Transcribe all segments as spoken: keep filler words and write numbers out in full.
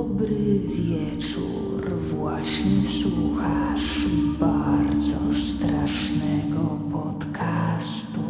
Dobry wieczór, właśnie słuchasz bardzo strasznego podcastu.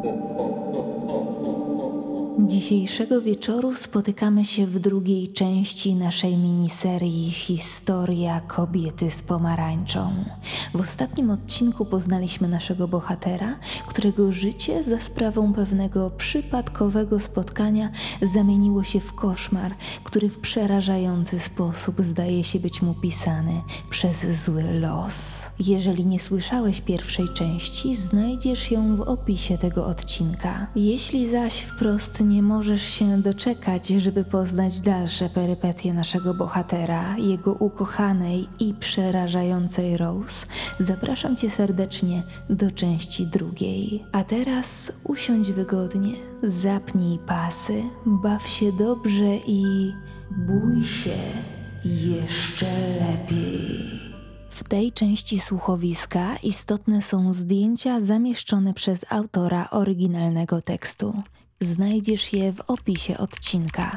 Dzisiejszego wieczoru spotykamy się w drugiej części naszej miniserii Historia kobiety z pomarańczą. W ostatnim odcinku poznaliśmy naszego bohatera, którego życie za sprawą pewnego przypadkowego spotkania zamieniło się w koszmar, który w przerażający sposób zdaje się być mu pisany przez zły los. Jeżeli nie słyszałeś pierwszej części, znajdziesz ją w opisie tego odcinka. Jeśli zaś wprost nie możesz się doczekać, żeby poznać dalsze perypetie naszego bohatera, jego ukochanej i przerażającej Rose, zapraszam Cię serdecznie do części drugiej. A teraz usiądź wygodnie, zapnij pasy, baw się dobrze i bój się jeszcze lepiej. W tej części słuchowiska istotne są zdjęcia zamieszczone przez autora oryginalnego tekstu. Znajdziesz je w opisie odcinka.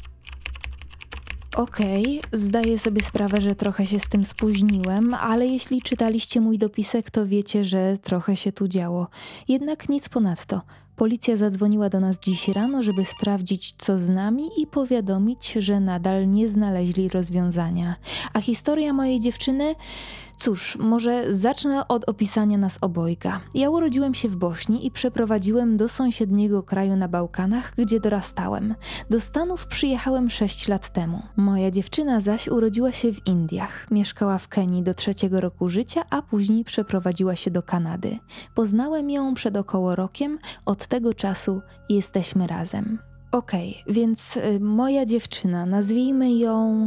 Okej, okay, zdaję sobie sprawę, że trochę się z tym spóźniłem, ale jeśli czytaliście mój dopisek, to wiecie, że trochę się tu działo. Jednak nic ponadto. Policja zadzwoniła do nas dziś rano, żeby sprawdzić, co z nami i powiadomić, że nadal nie znaleźli rozwiązania. A historia mojej dziewczyny? Cóż, może zacznę od opisania nas obojga. Ja urodziłem się w Bośni i przeprowadziłem do sąsiedniego kraju na Bałkanach, gdzie dorastałem. Do Stanów przyjechałem sześć lat temu. Moja dziewczyna zaś urodziła się w Indiach. Mieszkała w Kenii do trzeciego roku życia, a później przeprowadziła się do Kanady. Poznałem ją przed około rokiem, od tego czasu jesteśmy razem. Okej, okay, więc y, moja dziewczyna, nazwijmy ją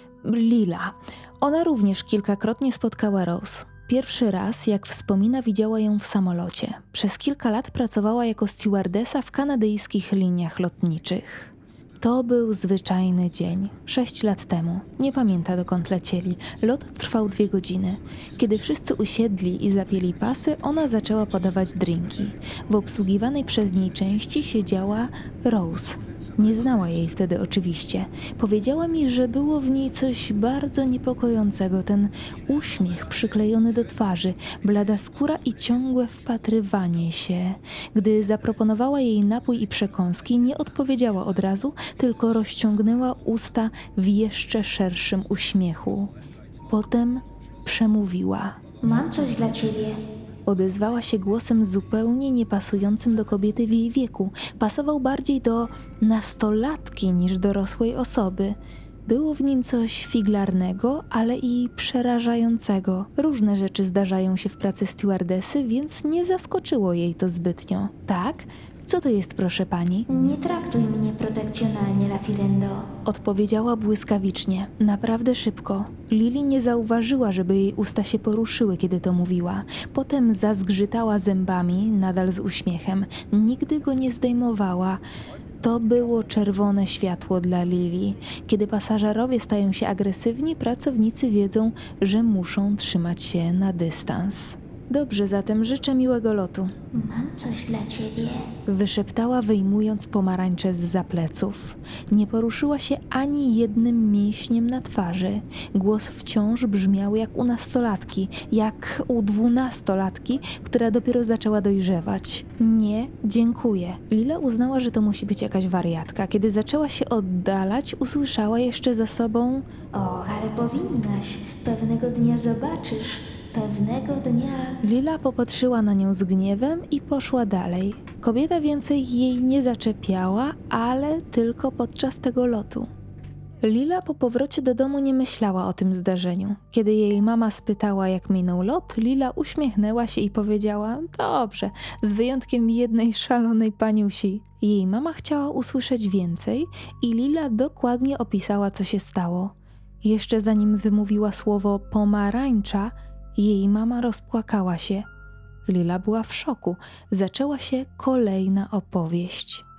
Lila. Ona również kilkakrotnie spotkała Rose. Pierwszy raz, jak wspomina, widziała ją w samolocie. Przez kilka lat pracowała jako stewardesa w kanadyjskich liniach lotniczych. To był zwyczajny dzień, sześć lat temu. Nie pamięta, dokąd lecieli. Lot trwał dwie godziny. Kiedy wszyscy usiedli i zapięli pasy, ona zaczęła podawać drinki. W obsługiwanej przez niej części siedziała Rose. Nie znała jej wtedy oczywiście. Powiedziała mi, że było w niej coś bardzo niepokojącego. Ten uśmiech przyklejony do twarzy, blada skóra i ciągłe wpatrywanie się. Gdy zaproponowała jej napój i przekąski, nie odpowiedziała od razu, tylko rozciągnęła usta w jeszcze szerszym uśmiechu. Potem przemówiła. Mam coś dla ciebie. Odezwała się głosem zupełnie niepasującym do kobiety w jej wieku. Pasował bardziej do nastolatki niż dorosłej osoby. Było w nim coś figlarnego, ale i przerażającego. Różne rzeczy zdarzają się w pracy stewardesy, więc nie zaskoczyło jej to zbytnio. Tak? Co to jest, proszę pani? Nie traktuj mnie protekcjonalnie, Lafirendo. Odpowiedziała błyskawicznie, naprawdę szybko. Lili nie zauważyła, żeby jej usta się poruszyły, kiedy to mówiła. Potem zazgrzytała zębami, nadal z uśmiechem. Nigdy go nie zdejmowała. To było czerwone światło dla Lili. Kiedy pasażerowie stają się agresywni, pracownicy wiedzą, że muszą trzymać się na dystans. Dobrze, zatem życzę miłego lotu. Mam coś dla ciebie. Wyszeptała, wyjmując pomarańcze zza pleców. Nie poruszyła się ani jednym mięśniem na twarzy. Głos wciąż brzmiał jak u nastolatki, jak u dwunastolatki, która dopiero zaczęła dojrzewać. Nie, dziękuję. Lila uznała, że to musi być jakaś wariatka. Kiedy zaczęła się oddalać, usłyszała jeszcze za sobą: Och, ale powinnaś. Pewnego dnia zobaczysz. Pewnego dnia... Lila popatrzyła na nią z gniewem i poszła dalej. Kobieta więcej jej nie zaczepiała, ale tylko podczas tego lotu. Lila po powrocie do domu nie myślała o tym zdarzeniu. Kiedy jej mama spytała, jak minął lot, Lila uśmiechnęła się i powiedziała: dobrze, z wyjątkiem jednej szalonej paniusi. Jej mama chciała usłyszeć więcej i Lila dokładnie opisała, co się stało. Jeszcze zanim wymówiła słowo pomarańcza, jej mama rozpłakała się. Lila była w szoku. Zaczęła się kolejna opowieść.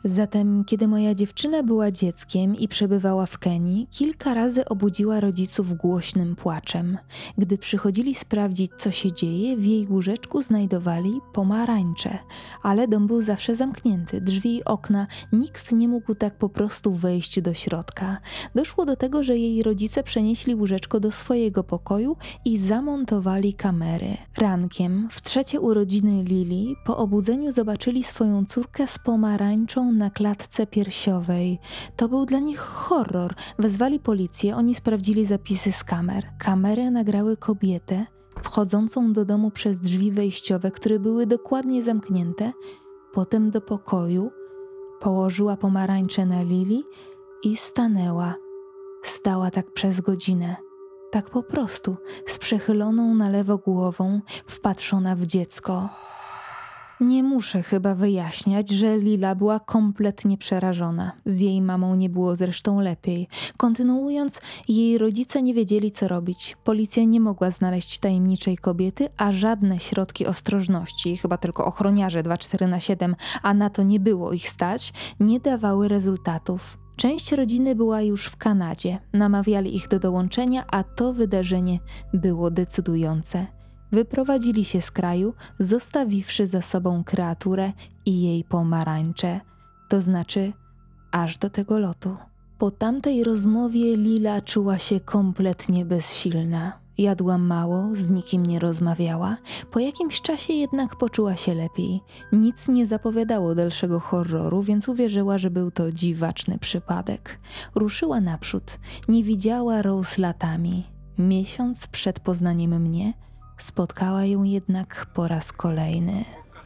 Zatem, kiedy moja dziewczyna była dzieckiem i przebywała w Kenii, kilka razy obudziła rodziców głośnym płaczem. Gdy przychodzili sprawdzić, co się dzieje, w jej łóżeczku znajdowali pomarańcze. Ale dom był zawsze zamknięty, drzwi i okna, nikt nie mógł tak po prostu wejść do środka. Doszło do tego, że jej rodzice przenieśli łóżeczko do swojego pokoju i zamontowali kamery. Rankiem, w trzecie urodziny Lili, po obudzeniu zobaczyli swoją córkę z pomarańczą na klatce piersiowej. To był dla nich horror. Wezwali policję, oni sprawdzili zapisy z kamer. Kamery nagrały kobietę wchodzącą do domu przez drzwi wejściowe, które były dokładnie zamknięte, potem do pokoju, położyła pomarańcze na Lili i stanęła. Stała tak przez godzinę. Tak po prostu, z przechyloną na lewo głową, wpatrzona w dziecko. Nie muszę chyba wyjaśniać, że Lila była kompletnie przerażona. Z jej mamą nie było zresztą lepiej. Kontynuując, jej rodzice nie wiedzieli, co robić. Policja nie mogła znaleźć tajemniczej kobiety, a żadne środki ostrożności, chyba tylko ochroniarze dwadzieścia cztery na siedem, a na to nie było ich stać, nie dawały rezultatów. Część rodziny była już w Kanadzie. Namawiali ich do dołączenia, a to wydarzenie było decydujące. Wyprowadzili się z kraju, zostawiwszy za sobą kreaturę i jej pomarańcze. To znaczy, aż do tego lotu. Po tamtej rozmowie Lila czuła się kompletnie bezsilna. Jadła mało, z nikim nie rozmawiała. Po jakimś czasie jednak poczuła się lepiej. Nic nie zapowiadało dalszego horroru, więc uwierzyła, że był to dziwaczny przypadek. Ruszyła naprzód. Nie widziała Rose latami. Miesiąc przed poznaniem mnie spotkała ją jednak po raz kolejny.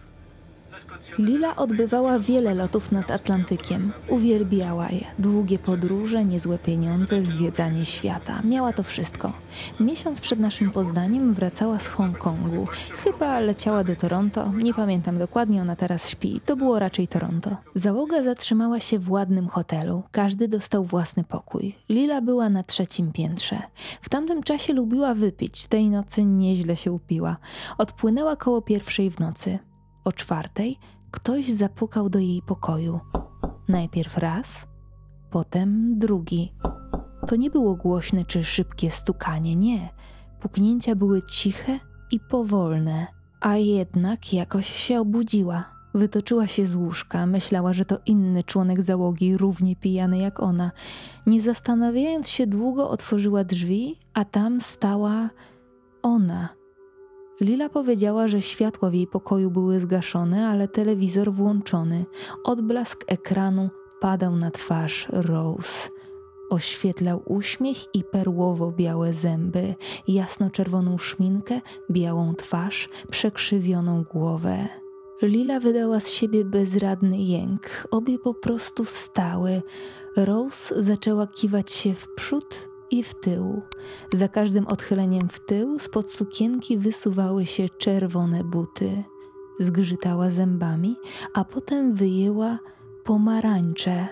Lila odbywała wiele lotów nad Atlantykiem. Uwielbiała je. Długie podróże, niezłe pieniądze, zwiedzanie świata. Miała to wszystko. Miesiąc przed naszym poznaniem wracała z Hongkongu. Chyba leciała do Toronto. Nie pamiętam dokładnie, ona teraz śpi. To było raczej Toronto. Załoga zatrzymała się w ładnym hotelu. Każdy dostał własny pokój. Lila była na trzecim piętrze. W tamtym czasie lubiła wypić. Tej nocy nieźle się upiła. Odpłynęła koło pierwszej w nocy. O czwartej ktoś zapukał do jej pokoju. Najpierw raz, potem drugi. To nie było głośne czy szybkie stukanie, nie. Puknięcia były ciche i powolne, a jednak jakoś się obudziła. Wytoczyła się z łóżka, myślała, że to inny członek załogi, równie pijany jak ona. Nie zastanawiając się długo, otworzyła drzwi, a tam stała ona. Lila powiedziała, że światła w jej pokoju były zgaszone, ale telewizor włączony. Odblask ekranu padał na twarz Rose. Oświetlał uśmiech i perłowo-białe zęby, jasno-czerwoną szminkę, białą twarz, przekrzywioną głowę. Lila wydała z siebie bezradny jęk. Obie po prostu stały. Rose zaczęła kiwać się w przód i w tył. Za każdym odchyleniem w tył spod sukienki wysuwały się czerwone buty. Zgrzytała zębami, a potem wyjęła pomarańcze.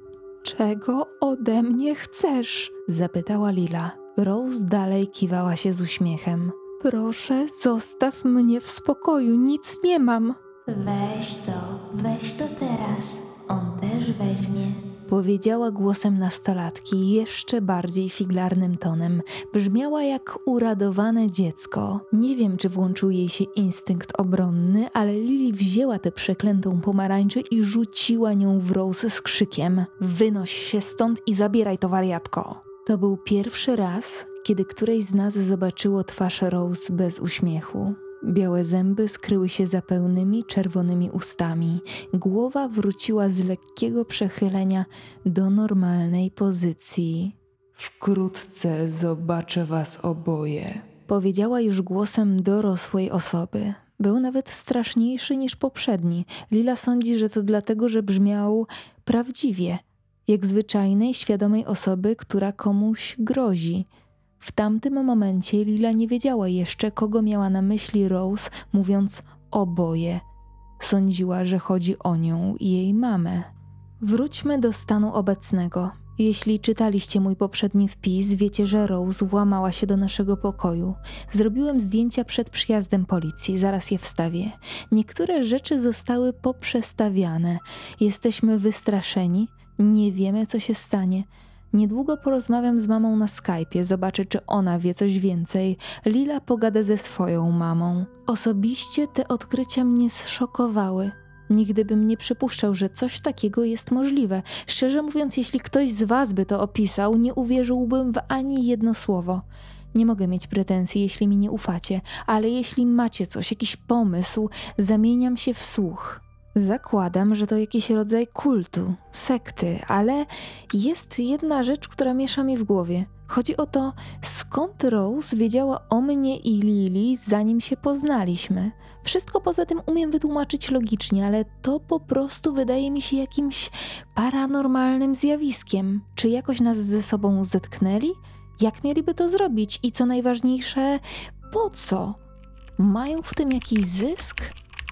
„Czego ode mnie chcesz?” zapytała Lila. Rose dalej kiwała się z uśmiechem. „Proszę, zostaw mnie w spokoju, nic nie mam.” Weź to, weź to teraz. On też weźmie. Powiedziała głosem nastolatki, jeszcze bardziej figlarnym tonem. Brzmiała jak uradowane dziecko. Nie wiem, czy włączył jej się instynkt obronny, ale Lili wzięła tę przeklętą pomarańczę i rzuciła nią w Rose z krzykiem: „Wynoś się stąd i zabieraj to, wariatko!” To był pierwszy raz, kiedy któreś z nas zobaczyło twarz Rose bez uśmiechu. Białe zęby skryły się za pełnymi, czerwonymi ustami. Głowa wróciła z lekkiego przechylenia do normalnej pozycji. „Wkrótce zobaczę was oboje”, powiedziała już głosem dorosłej osoby. Był nawet straszniejszy niż poprzedni. Lila sądzi, że to dlatego, że brzmiał prawdziwie, jak zwyczajnej, świadomej osoby, która komuś grozi. W tamtym momencie Lila nie wiedziała jeszcze, kogo miała na myśli Rose, mówiąc oboje. Sądziła, że chodzi o nią i jej mamę. Wróćmy do stanu obecnego. Jeśli czytaliście mój poprzedni wpis, wiecie, że Rose włamała się do naszego pokoju. Zrobiłem zdjęcia przed przyjazdem policji, zaraz je wstawię. Niektóre rzeczy zostały poprzestawiane. Jesteśmy wystraszeni, nie wiemy, co się stanie. Niedługo porozmawiam z mamą na Skype'ie, zobaczę, czy ona wie coś więcej. Lila pogada ze swoją mamą. Osobiście te odkrycia mnie zszokowały. Nigdy bym nie przypuszczał, że coś takiego jest możliwe. Szczerze mówiąc, jeśli ktoś z was by to opisał, nie uwierzyłbym w ani jedno słowo. Nie mogę mieć pretensji, jeśli mi nie ufacie, ale jeśli macie coś, jakiś pomysł, zamieniam się w słuch. Zakładam, że to jakiś rodzaj kultu, sekty, ale jest jedna rzecz, która miesza mi w głowie. Chodzi o to, skąd Rose wiedziała o mnie i Lili, zanim się poznaliśmy. Wszystko poza tym umiem wytłumaczyć logicznie, ale to po prostu wydaje mi się jakimś paranormalnym zjawiskiem. Czy jakoś nas ze sobą zetknęli? Jak mieliby to zrobić? I co najważniejsze, po co? Mają w tym jakiś zysk?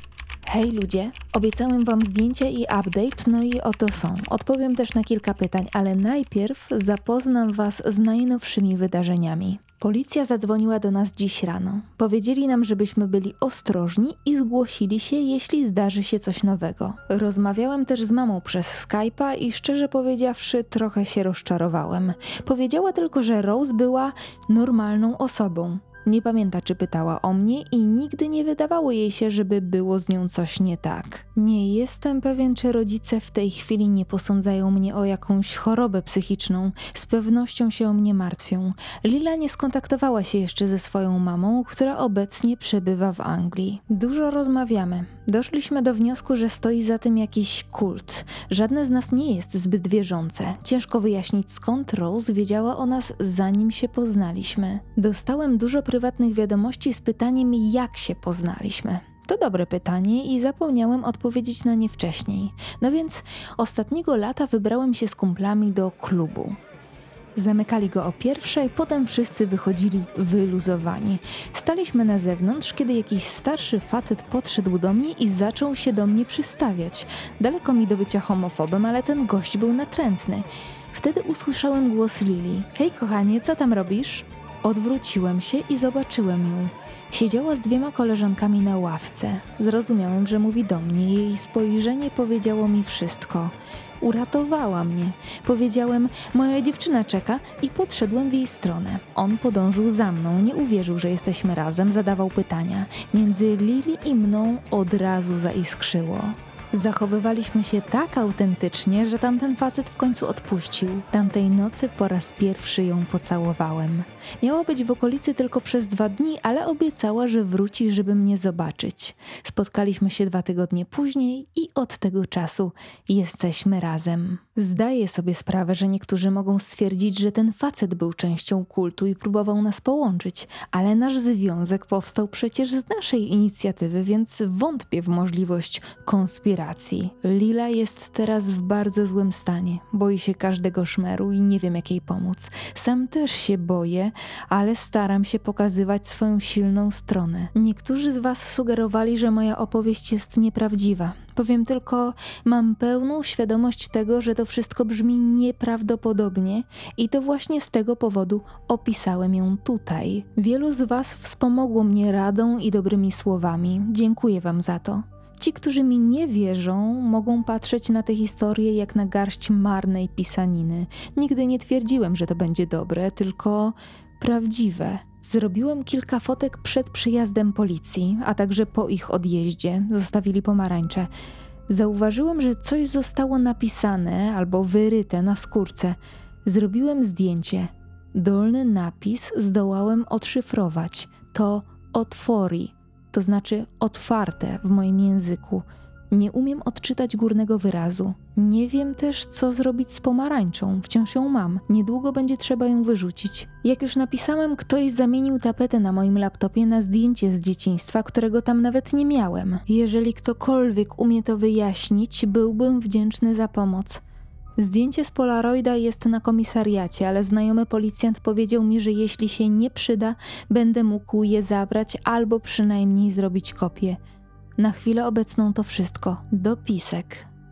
Hej ludzie, obiecałem wam zdjęcia i update, no i oto są. Odpowiem też na kilka pytań, ale najpierw zapoznam was z najnowszymi wydarzeniami. Policja zadzwoniła do nas dziś rano. Powiedzieli nam, żebyśmy byli ostrożni i zgłosili się, jeśli zdarzy się coś nowego. Rozmawiałem też z mamą przez Skype'a i szczerze powiedziawszy trochę się rozczarowałem. Powiedziała tylko, że Rose była normalną osobą. Nie pamięta, czy pytała o mnie i nigdy nie wydawało jej się, żeby było z nią coś nie tak. Nie jestem pewien, czy rodzice w tej chwili nie posądzają mnie o jakąś chorobę psychiczną. Z pewnością się o mnie martwią. Lila nie skontaktowała się jeszcze ze swoją mamą, która obecnie przebywa w Anglii. Dużo rozmawiamy. Doszliśmy do wniosku, że stoi za tym jakiś kult. Żadne z nas nie jest zbyt wierzące. Ciężko wyjaśnić, skąd Rose wiedziała o nas, zanim się poznaliśmy. Dostałem dużo prywatnych wiadomości z pytaniem, jak się poznaliśmy. To dobre pytanie i zapomniałem odpowiedzieć na nie wcześniej. No więc ostatniego lata wybrałem się z kumplami do klubu. Zamykali go o pierwszej, potem wszyscy wychodzili wyluzowani. Staliśmy na zewnątrz, kiedy jakiś starszy facet podszedł do mnie i zaczął się do mnie przystawiać. Daleko mi do bycia homofobem, ale ten gość był natrętny. Wtedy usłyszałem głos Lili. Hej kochanie, co tam robisz? Odwróciłem się i zobaczyłem ją. Siedziała z dwiema koleżankami na ławce. Zrozumiałem, że mówi do mnie. Jej spojrzenie powiedziało mi wszystko. Uratowała mnie. Powiedziałem, moja dziewczyna czeka i podszedłem w jej stronę. On podążył za mną, nie uwierzył, że jesteśmy razem, zadawał pytania. Między Lili i mną od razu zaiskrzyło. Zachowywaliśmy się tak autentycznie, że tamten facet w końcu odpuścił. Tamtej nocy po raz pierwszy ją pocałowałem. Miała być w okolicy tylko przez dwa dni, ale obiecała, że wróci, żeby mnie zobaczyć. Spotkaliśmy się dwa tygodnie później i od tego czasu jesteśmy razem. Zdaję sobie sprawę, że niektórzy mogą stwierdzić, że ten facet był częścią kultu i próbował nas połączyć, ale nasz związek powstał przecież z naszej inicjatywy, więc wątpię w możliwość konspiracji. Lila jest teraz w bardzo złym stanie. Boi się każdego szmeru i nie wiem, jak jej pomóc. Sam też się boję, ale staram się pokazywać swoją silną stronę. Niektórzy z was sugerowali, że moja opowieść jest nieprawdziwa. Powiem tylko, mam pełną świadomość tego, że to wszystko brzmi nieprawdopodobnie i to właśnie z tego powodu opisałem ją tutaj. Wielu z was wspomogło mnie radą i dobrymi słowami. Dziękuję wam za to. Ci, którzy mi nie wierzą, mogą patrzeć na tę historię jak na garść marnej pisaniny. Nigdy nie twierdziłem, że to będzie dobre, tylko prawdziwe. Zrobiłem kilka fotek przed przyjazdem policji, a także po ich odjeździe. Zostawili pomarańcze. Zauważyłem, że coś zostało napisane albo wyryte na skórce. Zrobiłem zdjęcie. Dolny napis zdołałem odszyfrować. To otwori, to znaczy otwarte w moim języku. Nie umiem odczytać górnego wyrazu. Nie wiem też, co zrobić z pomarańczą. Wciąż ją mam. Niedługo będzie trzeba ją wyrzucić. Jak już napisałem, ktoś zamienił tapetę na moim laptopie na zdjęcie z dzieciństwa, którego tam nawet nie miałem. Jeżeli ktokolwiek umie to wyjaśnić, byłbym wdzięczny za pomoc. Zdjęcie z Polaroida jest na komisariacie, ale znajomy policjant powiedział mi, że jeśli się nie przyda, będę mógł je zabrać albo przynajmniej zrobić kopię. Na chwilę obecną to wszystko. Dopisek.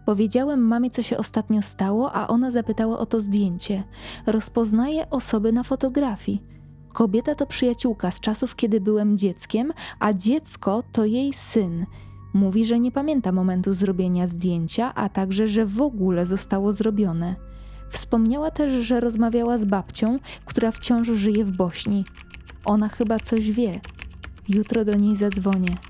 Powiedziałem mamie, co się ostatnio stało, a ona zapytała o to zdjęcie. Rozpoznaję osoby na fotografii. Kobieta to przyjaciółka z czasów, kiedy byłem dzieckiem, a dziecko to jej syn. Mówi, że nie pamięta momentu zrobienia zdjęcia, a także, że w ogóle zostało zrobione. Wspomniała też, że rozmawiała z babcią, która wciąż żyje w Bośni. Ona chyba coś wie. Jutro do niej zadzwonię.